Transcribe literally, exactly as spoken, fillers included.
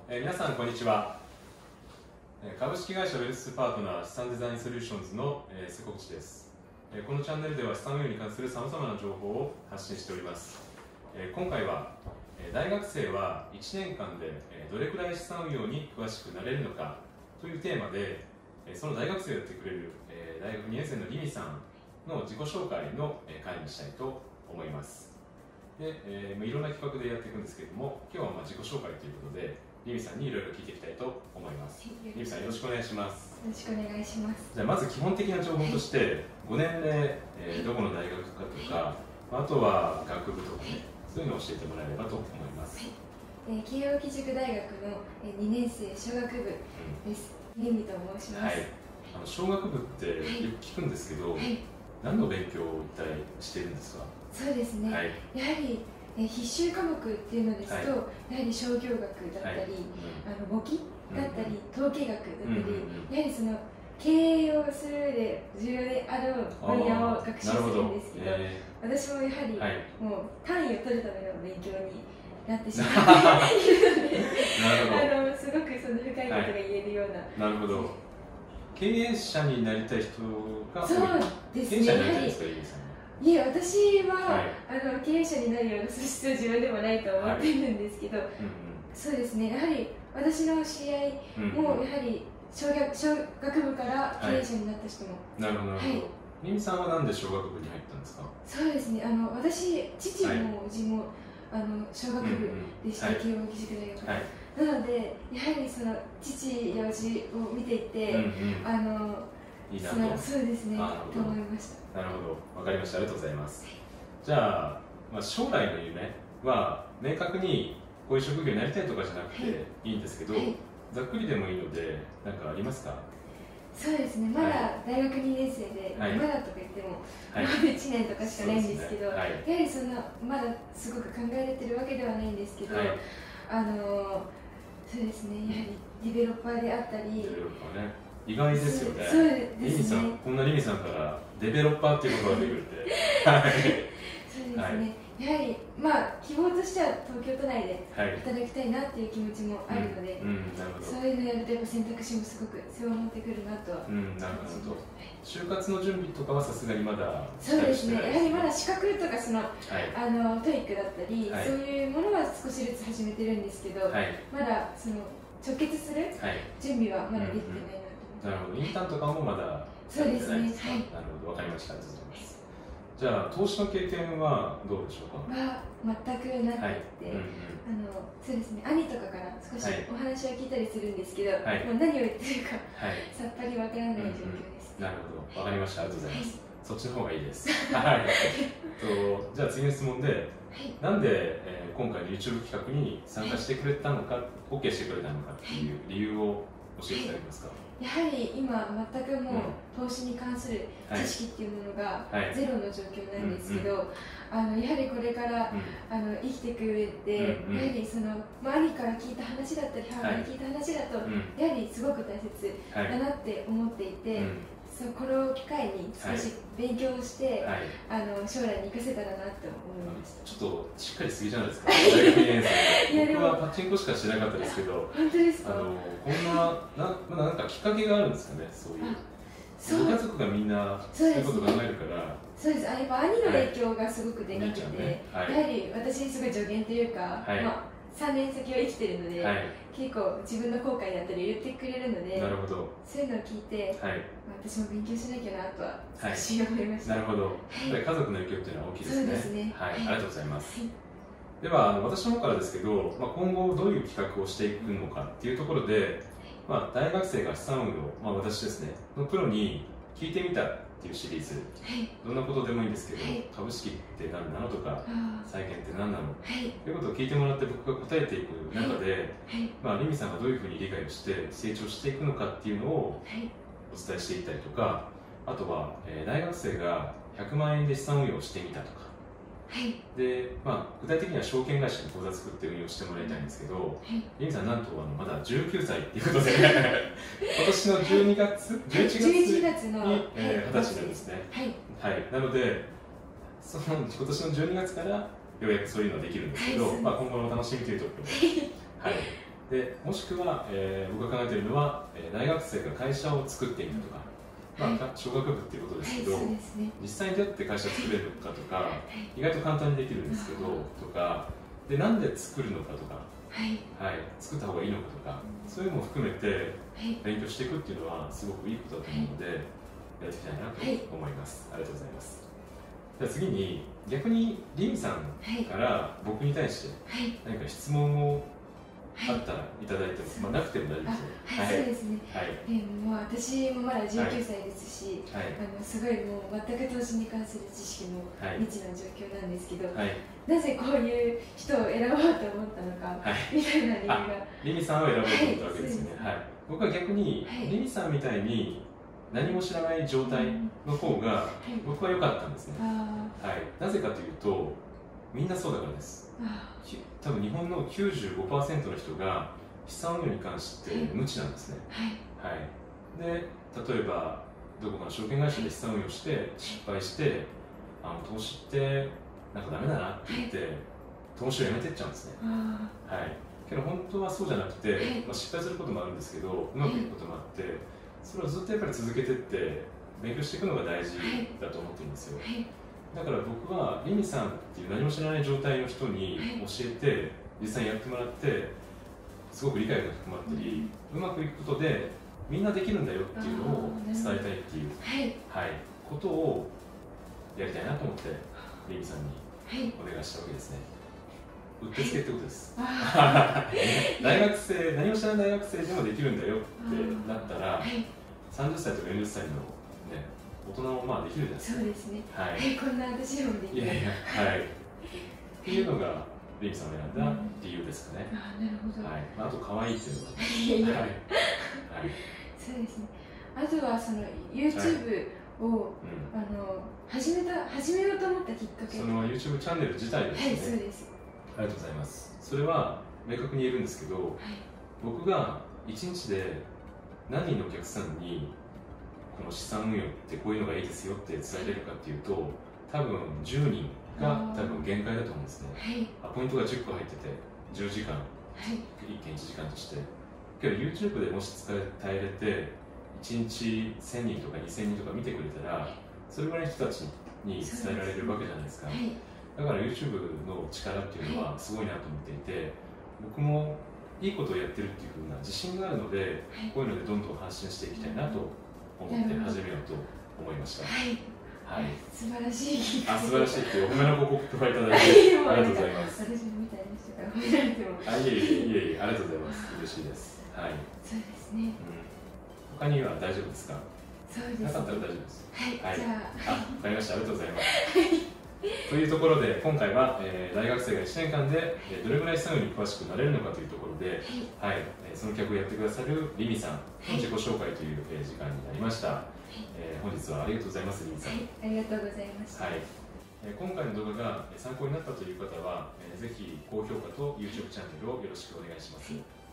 えー、皆さんこんにちは。株式会社ウェルスパートナー資産デザインソリューションズの、えー、瀬古口です。えー、このチャンネルでは資産運用に関するさまざまな情報を発信しております。えー、今回は、えー、大学生はいちねんかんで、えー、どれくらい資産運用に詳しくなれるのかというテーマで、えー、その大学生をやってくれる、えー、大学にねん生のリミさんの自己紹介の、えー、会にしたいと思います。で、えー、いろんな企画でやっていくんですけれども、今日はまあ自己紹介ということでリミさんにいろいろ聞いていきたいと思います。リミさんよろしくお願いします。 よろしくお願いします。 じゃあまず基本的な情報として、ごねんれい、えー、どこの大学かとか、あとは学部とかね、そういうのを教えてもらえればと思います。 はい、えー、慶應義塾大学のにねん生商学部です。リミと申します。 はい、あの商学部ってよく聞くんですけど、はい、何の勉強を一体しているんですか？ そうですね、はい、やはりえー、必修科目っていうのですと、はい、やはり商業学だったり、はい、あの簿記だったり、うん、統計学だったり、うん、やはりその経営をする上で重要である分野を学習するんですけど、えー、私もやはり、はい、もう単位を取るための勉強になってしまっているのであのすごくその深いことが言えるような、 はい、なるほど。経営者になりたい人がそうですね、 経営者になりたいですか？ いえ、私は、はい、あの経営者になるような素質は自分でもないと思っているんですけど、はい、うんうん、そうですね、やはり私の知り合いもやはり小学、小学部から経営者になった人も、 はい、なるほど、なるほど。リミさんはなんで小学部に入ったんですか？ そうですね、あの私、父も叔父も、はい、あの小学部でした、慶應義塾大学、はい、なので、やはりその父や叔父を見ていて、うんうん、あのいいなと。 そうですね、と思いました。 なるほど、わかりました。ありがとうございます。じゃあ、まあ、将来の夢は明確にこういう職業になりたいとかじゃなくていいんですけど、はい、ざっくりでもいいので何かありますか？ そうですね、まだ大学にねん生で、はい、まだとか言っても、はい、まだいちねんとかしかないんですけど、ね、はい、やはりそんなまだすごく考えられてるわけではないんですけど、はい、あのそうですね、やはりディベロッパーであったり、 デベロッパーね、意外ですよね。 そうですね。 リミさん、こんなリミさんからデベロッパーっていう言葉が出てくるって。はい。 そうですね。はい、やはりまあ希望としては東京都内で働きたいなっていう気持ちもあるので、そういうのやるとやっぱ選択肢もすごく狭まってくるなとは。うん、なるほど。 就活の準備とかはさすがにまだそうですね。やはりまだ資格とかその、はい、あのトイックだったり、はい、そういうものは少しずつ始めてるんですけど、はい、まだその直結する準備はまだできてないなと。 なるほど、インターンとかもまだそうですね。はい。 なるほど、わかりました。ありがとうございます。じゃあ投資の経験はどうでしょうか？ は全くなくて、はい、うんうん、あのそうですね、兄とかから少しお話は聞いたりするんですけど、はい、まあ何を言ってるか、はい、さっぱりわからない状況です。 うんうん、なるほど、わかりました。ありがとうございます。はい、そっちの方がいいです。はい。とじゃあ次の質問で、はい、なんで、えー、今回の YouTube 企画に参加してくれたのか、はい、OK してくれたのかっていう理由を教えていただけますか？ やはり今全くもう投資に関する知識っていうものがゼロの状況なんですけど、あのやはりこれから、うん、あの生きていく上で、うんうん、やはりその、まあ、兄から聞いた話だったり母から聞いた話だと、はい、やはりすごく大切だなって思っていて、はい、うん、そうこれを機会に少し勉強して、はい、あの将来に生かせたらなと思いました。 ちょっとしっかりすぎじゃないですか。大学にねん生僕はパチンコしかしてなかったですけど、 本当ですか？ あのこんなな、まあ、なんかきっかけがあるんですかね、そういう。ご家族がみんなそういうこと考えるから。 そうです。あ、やっぱ兄の影響がすごくでかくて、ね、はい、やはり私にすごい助言というか、はい、まあさんねん先は生きてるので、はい、結構自分の後悔だったり言ってくれるので、 なるほど、 そういうのを聞いて、はい、まあ、私も勉強しなきゃなとは少し思いました。 なるほど。やっぱり家族の影響っていうのは大きいですね。 そうですね。 はい、ありがとうございます。はい、ではあの私の方からですけど、まあ、今後どういう企画をしていくのかっていうところで、まあ、大学生が資産運用、まあ、私ですねのプロに聞いてみたっていうシリーズ、はい、どんなことでもいいんですけど、はい、株式って何なのとか債券って何なの、はい、ということを聞いてもらって僕が答えていく中で、はい、まあ、リミさんがどういうふうに理解をして成長していくのかっていうのをお伝えしていったりとか、あとは、えー、大学生がひゃくまんえんで資産運用をしてみたとか、はい、で、まあ、具体的には証券会社に口座作って運用してもらいたいんですけど、はい、リミさんなんとあのまだじゅうきゅうさいっていうことで今年のじゅうにがつじゅういちがつにの二十歳なんですね。はい、はい、なのでその今年のじゅうにがつからようやくそういうのはできるんですけど、はい、まあ、今後の楽しみというところで、はい、 でもしくは、えー、僕が考えているのは、えー、大学生が会社を作ってみるとか、まあ、小学部っていうことですけど、 はいですね、 実際にどうやって会社作れるのかとか、意外と簡単にできるんですけど、とかでなんで作るのかとか、はいはい、作った方がいいのかとか、そういうのも含めて勉強していくっていうのはすごくいいことだと思うので、やっていきたいなと思います、はい、ありがとうございます。では次に逆にりみさんから僕に対して何か質問をあったらいただいても、まあ、なくても大丈夫ですよ。 はい、そうですね。はい、えー、もう私もまだじゅうきゅうさいですし、はい、あのすごいもう全く投資に関する知識も未知な状況なんですけど、はい、なぜこういう人を選ぼうと思ったのか、はい、みたいな理由が。りみさんを選ぼうと思ったわけですよね。はい、僕は逆にりみさんみたいに何も知らない状態の方が僕は良かったんですね。はい、なぜかというとみんなそうだからです。多分日本の きゅうじゅうごパーセント の人が資産運用に関して無知なんですね。はいはい、で例えばどこかの証券会社で資産運用して失敗してあの投資ってなんかダメだなって言って投資をやめてっちゃうんですね。はい、けど本当はそうじゃなくて、まあ、失敗することもあるんですけどうまくいくこともあってそれをずっとやっぱり続けてって勉強していくのが大事だと思ってるんですよ。だから僕はりみさんっていう何も知らない状態の人に教えて実際にやってもらってすごく理解が深まったり、うまくいくことでみんなできるんだよっていうのを伝えたいっていう、はいはい、ことをやりたいなと思ってりみさんにお願いしたわけですね。うってつけってことです。大学生何も知らない大学生でもできるんだよってなったらさんじゅっさいとかよんじゅっさいのね大人もまあできるじゃないですか。 そうですね。 はい。 こんな私でもできる。 いやいや、はい。っていうのがりみさんを選んだ理由ですかね。 ああ、なるほど。 はい。あと可愛いっていうのは。はい。はい。 そうですね。あとはその YouTube をあの始めた始めようと思ったきっかけ。 その YouTube チャンネル自体ですね。 はい、そうです。 ありがとうございます。それは明確に言えるんですけど、僕が一日で何人のお客さんにこの資産運用ってこういうのがいいですよって伝えれるかっていうと多分じゅうにんが多分限界だと思うんですね。はい、ポイントがじゅっこ入っててじゅうじかん、はい、いっけんいちじかんとしてけど YouTube でもし伝えれていちにちせんにんとかにせんにんとか見てくれたらそれぐらいの人たちに伝えられるわけじゃないですか。はい、だから YouTube の力っていうのはすごいなと思っていて僕もいいことをやってるっていうふうな自信があるのでこういうのでどんどん発信していきたいなと思って始めようと思いました。はい。 はい。素晴らしい。 あ、素晴らしいっていうお褒めのご報告をいただいてありがとうございます。 私みたいな人から褒められても。 あ、いえいえいえいえ、ありがとうございます。嬉しいです。はい。 そうですね。 うん。他には大丈夫ですか。 そうです。 なかったら大丈夫です。 はい。じゃあ。あ、わかりました。ありがとうございます。というところで今回は、えー、大学生がいちねんかんで、えー、どれぐらい資産運用に詳しくなれるのかというところで、はい、はい、えー、その客をやってくださるりみさんの自己紹介という、えー、時間になりました、はい、えー、本日はありがとうございますりみさん、はい、 ありがとうございました、 はい、えー、今回の動画が参考になったという方は、えー、ぜひ高評価と YouTube チャンネルをよろしくお願いします。はい。